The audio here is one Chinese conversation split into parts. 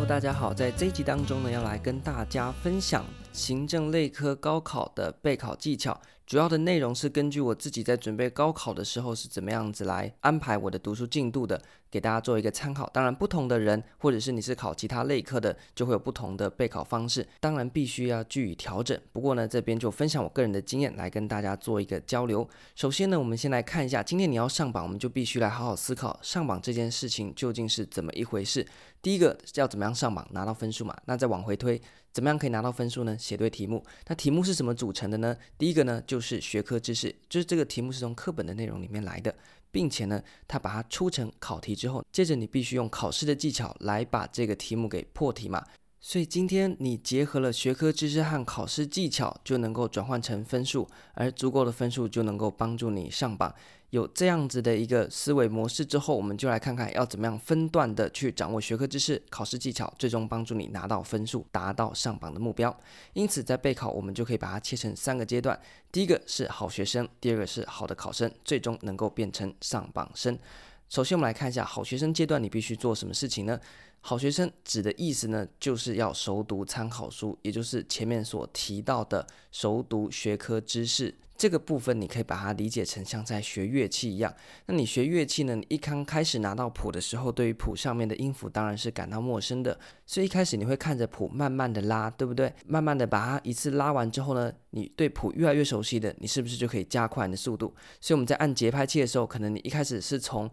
Hello， 大家好，在这一集当中呢，要来跟大家分享行政类科高考的备考技巧。主要的内容是根据我自己在准备高考的时候是怎么样子来安排我的读书进度的，给大家做一个参考。当然不同的人或者是你是考其他类科的，就会有不同的备考方式，当然必须要据以调整。不过呢，这边就分享我个人的经验来跟大家做一个交流。首先呢，我们先来看一下，今天你要上榜，我们就必须来好好思考上榜这件事情究竟是怎么一回事。第一个要怎么样上榜拿到分数嘛，那再往回推，怎么样可以拿到分数呢？写对题目。那题目是什么组成的呢？第一个呢就是学科知识，就是这个题目是从课本的内容里面来的，并且呢它把它出成考题之后，接着你必须用考试的技巧来把这个题目给破题嘛。所以今天你结合了学科知识和考试技巧，就能够转换成分数，而足够的分数就能够帮助你上榜。有这样子的一个思维模式之后，我们就来看看要怎么样分段的去掌握学科知识、考试技巧，最终帮助你拿到分数，达到上榜的目标。因此在备考我们就可以把它切成3个阶段，第一个是好学生，第二个是好的考生，最终能够变成上榜生。首先我们来看一下好学生阶段你必须做什么事情呢？好学生指的意思呢，就是要熟读参考书，也就是前面所提到的熟读学科知识。这个部分你可以把它理解成像在学乐器一样。那你学乐器呢，你一刚开始拿到谱的时候，对于谱上面的音符当然是感到陌生的，所以一开始你会看着谱慢慢的拉，对不对？慢慢的把它一次拉完之后呢，你对谱越来越熟悉的，你是不是就可以加快你的速度？所以我们在按节拍器的时候，可能你一开始是从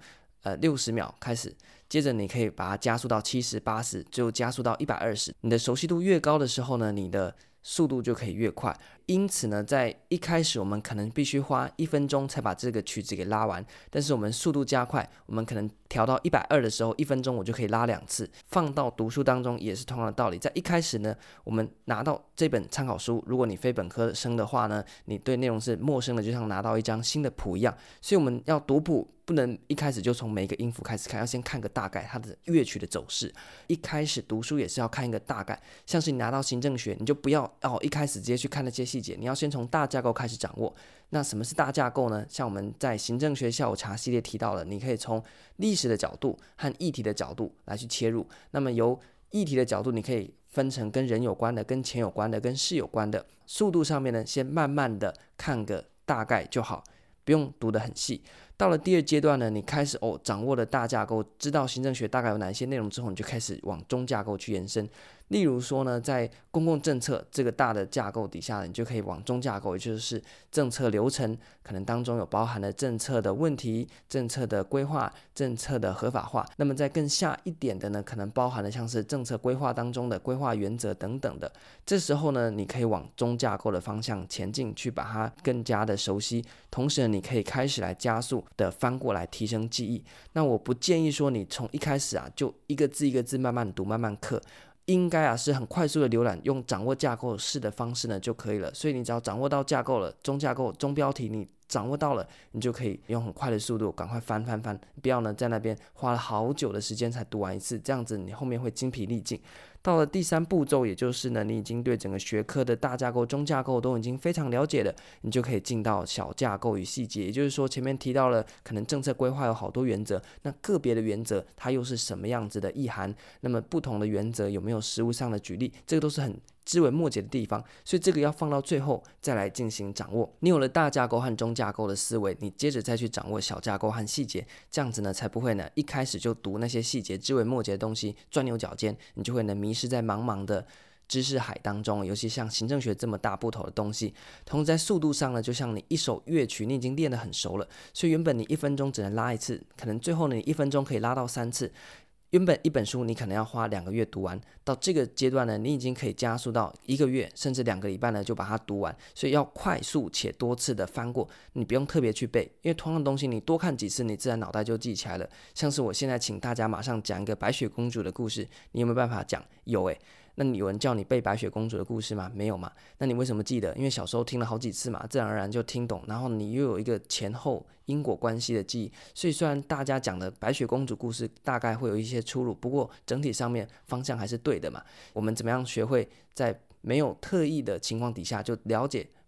60秒开始，接着你可以把它加速到70、80，最后加速到120。你的熟悉度越高的时候呢，你的速度就可以越快。因此呢，在一开始我们可能必须花1分钟才把这个曲子给拉完，但是我们速度加快，我们可能调到120的时候，1分钟我就可以拉2次。放到读书当中也是同样的道理，在一开始呢，我们拿到这本参考书，如果你非本科生的话呢，你对内容是陌生的，就像拿到一张新的谱一样。所以我们要读谱不能一开始就从每个音符开始看，要先看个大概它的乐曲的走势。一开始读书也是要看一个大概，像是你拿到行政学，你就不要一开始直接去看那些细节，你要先从大架构开始掌握。那什么是大架构呢？像我们在行政学下午茶系列提到了，你可以从历史的角度和议题的角度来去切入。那么由议题的角度，你可以分成跟人有关的、跟钱有关的、跟事有关的。速度上面呢，先慢慢的看个大概就好，不用读得很细。到了第二阶段呢，你开始掌握了大架构，知道行政学大概有哪些内容之后，你就开始往中架构去延伸。例如说呢，在公共政策这个大的架构底下，你就可以往中架构，也就是政策流程，可能当中有包含了政策的问题、政策的规划、政策的合法化。那么在更下一点的呢，可能包含了像是政策规划当中的规划原则等等的。这时候呢，你可以往中架构的方向前进，去把它更加的熟悉。同时呢，你可以开始来加速的翻过来提升记忆。那我不建议说你从一开始就一个字一个字慢慢读慢慢刻，应该是很快速的浏览，用掌握架构式的方式呢就可以了。所以你只要掌握到架构了，中架构、中标题你掌握到了，你就可以用很快的速度赶快翻，不要呢在那边花了好久的时间才读完一次，这样子你后面会精疲力尽。到了第3步骤，也就是呢，你已经对整个学科的大架构、中架构都已经非常了解了，你就可以进到小架构与细节。也就是说，前面提到了可能政策规划有好多原则，那个别的原则它又是什么样子的意涵？那么不同的原则有没有实务上的举例？这个都是很枝微末节的地方，所以这个要放到最后再来进行掌握。你有了大架构和中架构的思维，你接着再去掌握小架构和细节，这样子呢才不会呢一开始就读那些细节枝微末节的东西，钻牛角尖，你就会呢迷失在茫茫的知识海当中，尤其像行政学这么大部头的东西。同时在速度上呢，就像你一首乐曲你已经练得很熟了，所以原本你1分钟只能拉1次，可能最后呢你1分钟可以拉到3次。原本一本书你可能要花2个月读完，到这个阶段呢，你已经可以加速到1个月甚至2个礼拜呢就把它读完。所以要快速且多次的翻过，你不用特别去背，因为同样的东西你多看几次，你自然脑袋就记起来了。像是我现在请大家马上讲一个白雪公主的故事，你有没有办法讲？有那有人叫你背白雪公主的故事吗？没有嘛？那你为什么记得？因为小时候听了好几次嘛，自然而然就听懂，然后你又有一个前后因果关系的记忆。所以虽然大家讲的白雪公主故事大概会有一些出入，不过整体上面方向还是对的嘛。我们怎么样学会在没有特意的情况底下就了解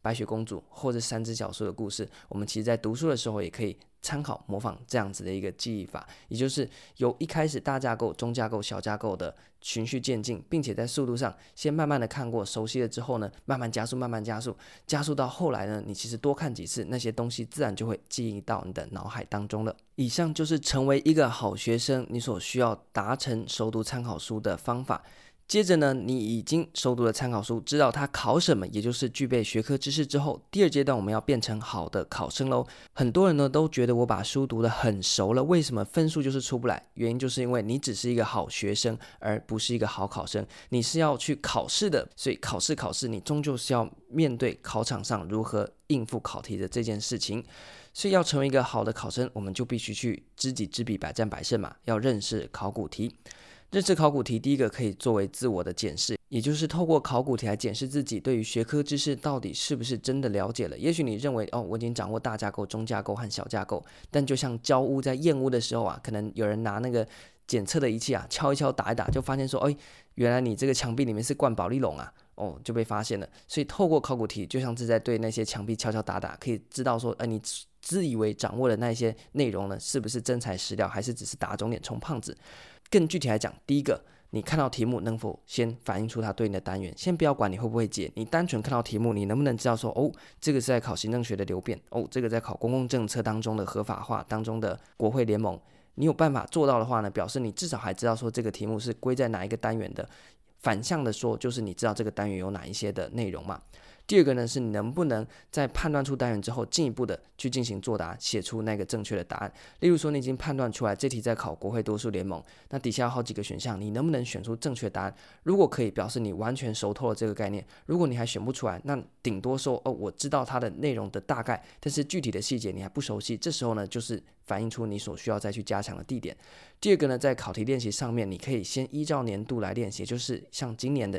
白雪公主或者三只小猪的故事，我们其实在读书的时候也可以参考模仿这样子的一个记忆法，也就是由一开始大架构、中架构、小架构的循序渐进，并且在速度上先慢慢的看过，熟悉了之后呢，慢慢加速，慢慢加速，加速到后来呢，你其实多看几次，那些东西自然就会记忆到你的脑海当中了。以上就是成为一个好学生你所需要达成熟读参考书的方法。接着呢，你已经熟读了参考书，知道它考什么，也就是具备学科知识之后，第二阶段我们要变成好的考生咯。很多人呢都觉得我把书读得很熟了，为什么分数就是出不来？原因就是因为你只是一个好学生，而不是一个好考生。你是要去考试的，所以考试你终究是要面对考场上如何应付考题的这件事情。所以要成为一个好的考生，我们就必须去知己知彼，百战百胜嘛，要认识考古题。认识考古题，第一个可以作为自我的检视，也就是透过考古题来检视自己对于学科知识到底是不是真的了解了。也许你认为我已经掌握大架构、中架构和小架构，但就像交屋在验屋的时候可能有人拿那个检测的仪器敲一敲打一打，就发现说原来你这个墙壁里面是灌保丽龙就被发现了。所以透过考古题就像是在对那些墙壁敲敲打打，可以知道说你自以为掌握的那些内容呢，是不是真材实料，还是只是打肿脸充胖子。更具体来讲，第一个，你看到题目能否先反映出它对应的单元，先不要管你会不会解，你单纯看到题目，你能不能知道说这个是在考行政学的流变，这个在考公共政策当中的合法化当中的国会联盟，你有办法做到的话呢，表示你至少还知道说这个题目是归在哪一个单元的，反向的说就是你知道这个单元有哪一些的内容嘛。第二个呢，是你能不能在判断出单元之后，进一步的去进行作答，写出那个正确的答案。例如说，你已经判断出来这题在考国会多数联盟，那底下有好几个选项，你能不能选出正确答案？如果可以，表示你完全熟透了这个概念。如果你还选不出来，那顶多说我知道它的内容的大概，但是具体的细节你还不熟悉。这时候呢，就是反映出你所需要再去加强的地点。第二个呢，在考题练习上面，你可以先依照年度来练习，就是像今年的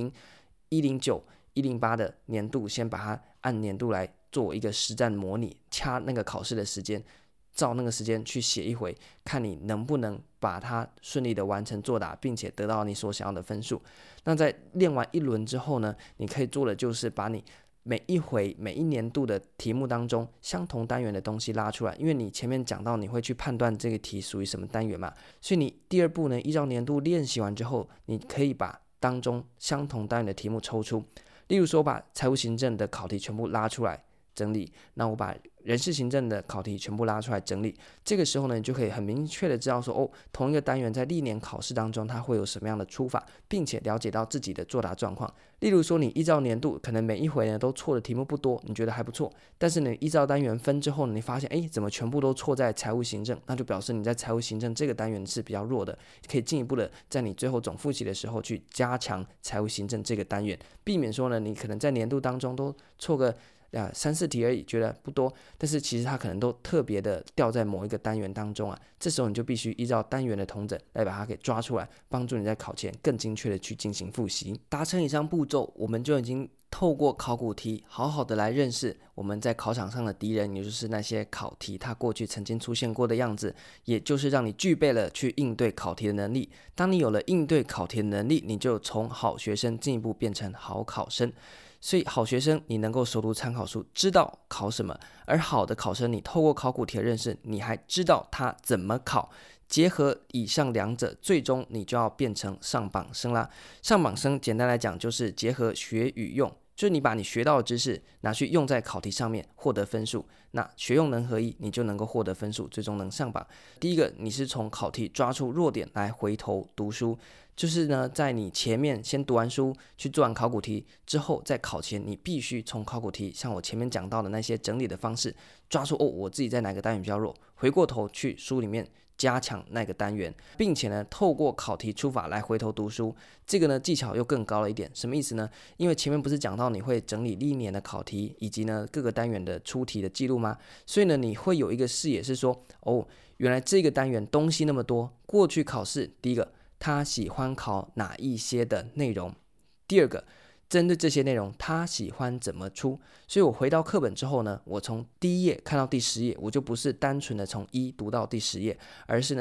110、109、108的年度，先把它按年度来做一个实战模拟，掐那个考试的时间，照那个时间去写一回，看你能不能把它顺利的完成作答，并且得到你所想要的分数。那在练完一轮之后呢，你可以做的就是把你每一回每一年度的题目当中相同单元的东西拉出来，因为你前面讲到你会去判断这个题属于什么单元嘛，所以你第二步呢，依照年度练习完之后，你可以把当中相同单元的题目抽出。例如说，把财务行政的考题全部拉出来整理，那我把人事行政的考题全部拉出来整理。这个时候呢，你就可以很明确的知道说，同一个单元在历年考试当中，它会有什么样的出法，并且了解到自己的作答状况。例如说，你依照年度，可能每一回呢都错的题目不多，你觉得还不错，但是你依照单元分之后呢，你发现怎么全部都错在财务行政，那就表示你在财务行政这个单元是比较弱的，可以进一步的在你最后总复习的时候去加强财务行政这个单元，避免说呢，你可能在年度当中都错个3-4题而已，觉得不多，但是其实它可能都特别的掉在某一个单元当中这时候你就必须依照单元的统整来把它给抓出来，帮助你在考前更精确的去进行复习。达成以上步骤，我们就已经透过考古题好好的来认识我们在考场上的敌人，也就是那些考题它过去曾经出现过的样子，也就是让你具备了去应对考题的能力。当你有了应对考题的能力，你就从好学生进一步变成好考生。所以好学生你能够熟读参考书，知道考什么，而好的考生你透过考古题的认识，你还知道它怎么考，结合以上两者，最终你就要变成上榜生啦。上榜生简单来讲就是结合学与用，就是你把你学到的知识拿去用在考题上面，获得分数。那学用能合一，你就能够获得分数，最终能上榜。第一个，你是从考题抓出弱点来回头读书，就是呢，在你前面先读完书，去做完考古题之后，在考前你必须从考古题，像我前面讲到的那些整理的方式，抓出我自己在哪个单元比较弱，回过头去书里面加强那个单元，并且呢，透过考题出法来回头读书。这个呢技巧又更高了一点，什么意思呢？因为前面不是讲到你会整理历年的考题以及呢各个单元的出题的记录吗？所以呢你会有一个视野是说，原来这个单元东西那么多，过去考试第一个他喜欢考哪一些的内容，第二个针对这些内容他喜欢怎么出。所以我回到课本之后呢，我从第一页看到第10页，我就不是单纯的从1读到第10页，而是呢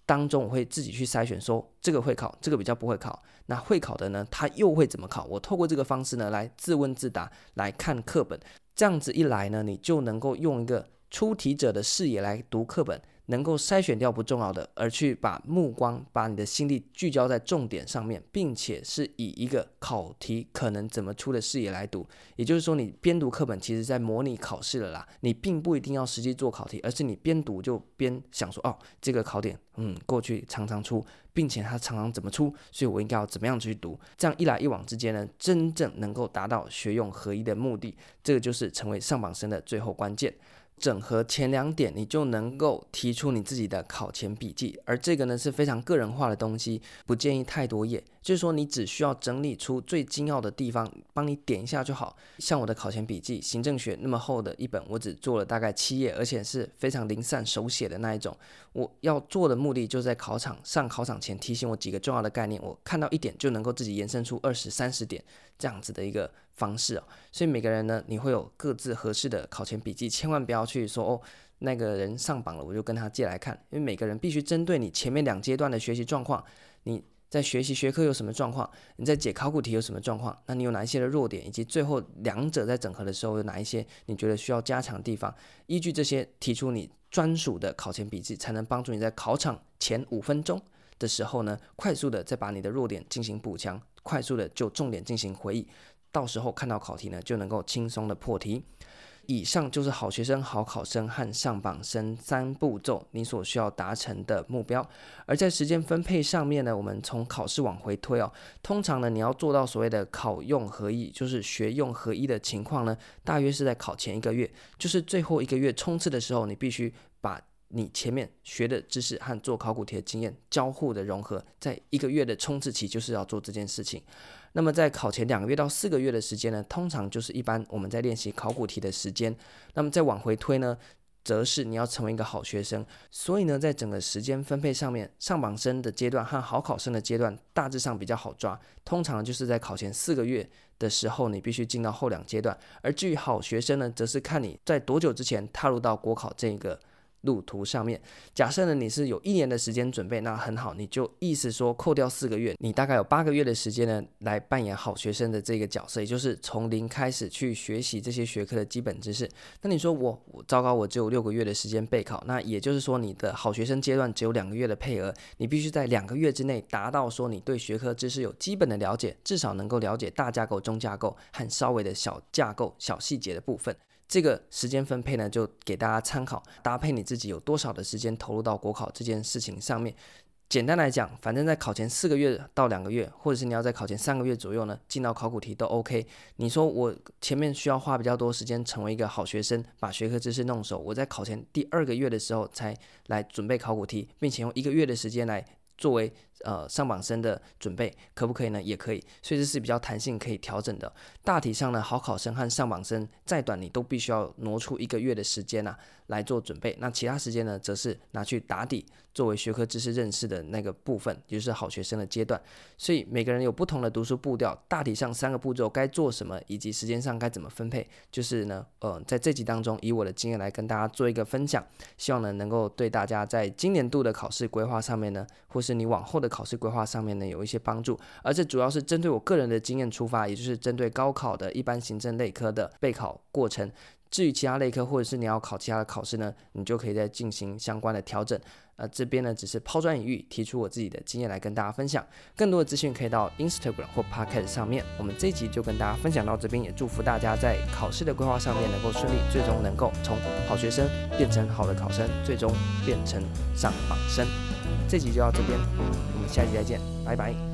当中我会自己去筛选说这个会考，这个比较不会考，那会考的呢他又会怎么考，我透过这个方式呢来自问自答，来看课本，这样子一来呢，你就能够用一个出题者的视野来读课本，能够筛选掉不重要的，而去把目光把你的心力聚焦在重点上面，并且是以一个考题可能怎么出的视野来读。也就是说你边读课本其实在模拟考试了啦，你并不一定要实际做考题，而是你边读就边想说这个考点过去常常出，并且它常常怎么出，所以我应该要怎么样去读，这样一来一往之间呢，真正能够达到学用合一的目的，这个就是成为上榜生的最后关键。整合前2点，你就能够提出你自己的考前笔记，而这个呢是非常个人化的东西，不建议太多页，就是说你只需要整理出最精要的地方，帮你点一下就好。像我的考前笔记行政学那么厚的一本，我只做了大概7页，而且是非常零散手写的那一种。我要做的目的就是在上考场前提醒我几个重要的概念，我看到1点就能够自己延伸出20、30点这样子的一个方式所以每个人呢，你会有各自合适的考前笔记，千万不要去说那个人上榜了我就跟他借来看，因为每个人必须针对你前面2阶段的学习状况，你在学习学科有什么状况，你在解考古题有什么状况，那你有哪一些的弱点，以及最后2者在整合的时候有哪一些你觉得需要加强的地方，依据这些提出你专属的考前笔记，才能帮助你在考场前5分钟的时候呢，快速的再把你的弱点进行补强，快速的就重点进行回忆，到时候看到考题呢就能够轻松的破题。以上就是好学生、好考生和上榜生3步骤你所需要达成的目标。而在时间分配上面呢，我们从考试往回推通常呢你要做到所谓的考用合一，就是学用合一的情况呢，大约是在考前1个月，就是最后1个月冲刺的时候，你必须把你前面学的知识和做考古题的经验交互的融合，在1个月的冲刺期就是要做这件事情。那么在考前2个月到4个月的时间呢，通常就是一般我们在练习考古题的时间。那么再往回推呢，则是你要成为一个好学生。所以呢，在整个时间分配上面，上榜生的阶段和好考生的阶段大致上比较好抓，通常就是在考前4个月的时候，你必须进到后2阶段。而至于好学生呢，则是看你在多久之前踏入到国考这个路途上面。假设呢你是有1年的时间准备，那很好，你就意思说扣掉4个月，你大概有8个月的时间呢来扮演好学生的这个角色，也就是从零开始去学习这些学科的基本知识。那你说我糟糕，我只有6个月的时间备考，那也就是说你的好学生阶段只有2个月的配额，你必须在2个月之内达到说你对学科知识有基本的了解，至少能够了解大架构、中架构和稍微的小架构、小细节的部分。这个时间分配呢，就给大家参考，搭配你自己有多少的时间投入到国考这件事情上面。简单来讲，反正在考前4个月到2个月，或者是你要在考前3个月左右呢，进到考古题都 OK。你说我前面需要花比较多时间成为一个好学生，把学科知识弄熟，我在考前第2个月的时候才来准备考古题，并且用1个月的时间来作为上榜生的准备，可不可以呢？也可以，所以这是比较弹性可以调整的。大体上呢，好考生和上榜生再短你都必须要挪出1个月的时间来做准备，那其他时间呢则是拿去打底，作为学科知识认识的那个部分，也就是好学生的阶段。所以每个人有不同的读书步调，大体上3个步骤该做什么，以及时间上该怎么分配，就是呢在这集当中以我的经验来跟大家做一个分享，希望呢能够对大家在今年度的考试规划上面呢，或是你往后的考试规划上面呢有一些帮助。而这主要是针对我个人的经验出发，也就是针对高考的一般行政类科的备考过程。至于其他类科或者是你要考其他的考试呢，你就可以再进行相关的调整。这边呢只是抛砖引玉，提出我自己的经验来跟大家分享。更多的资讯可以到 Instagram 或 Podcast 上面。我们这一集就跟大家分享到这边，也祝福大家在考试的规划上面能够顺利，最终能够从好学生变成好的考生，最终变成上榜生。这集就到这边，我们下集再见，拜拜。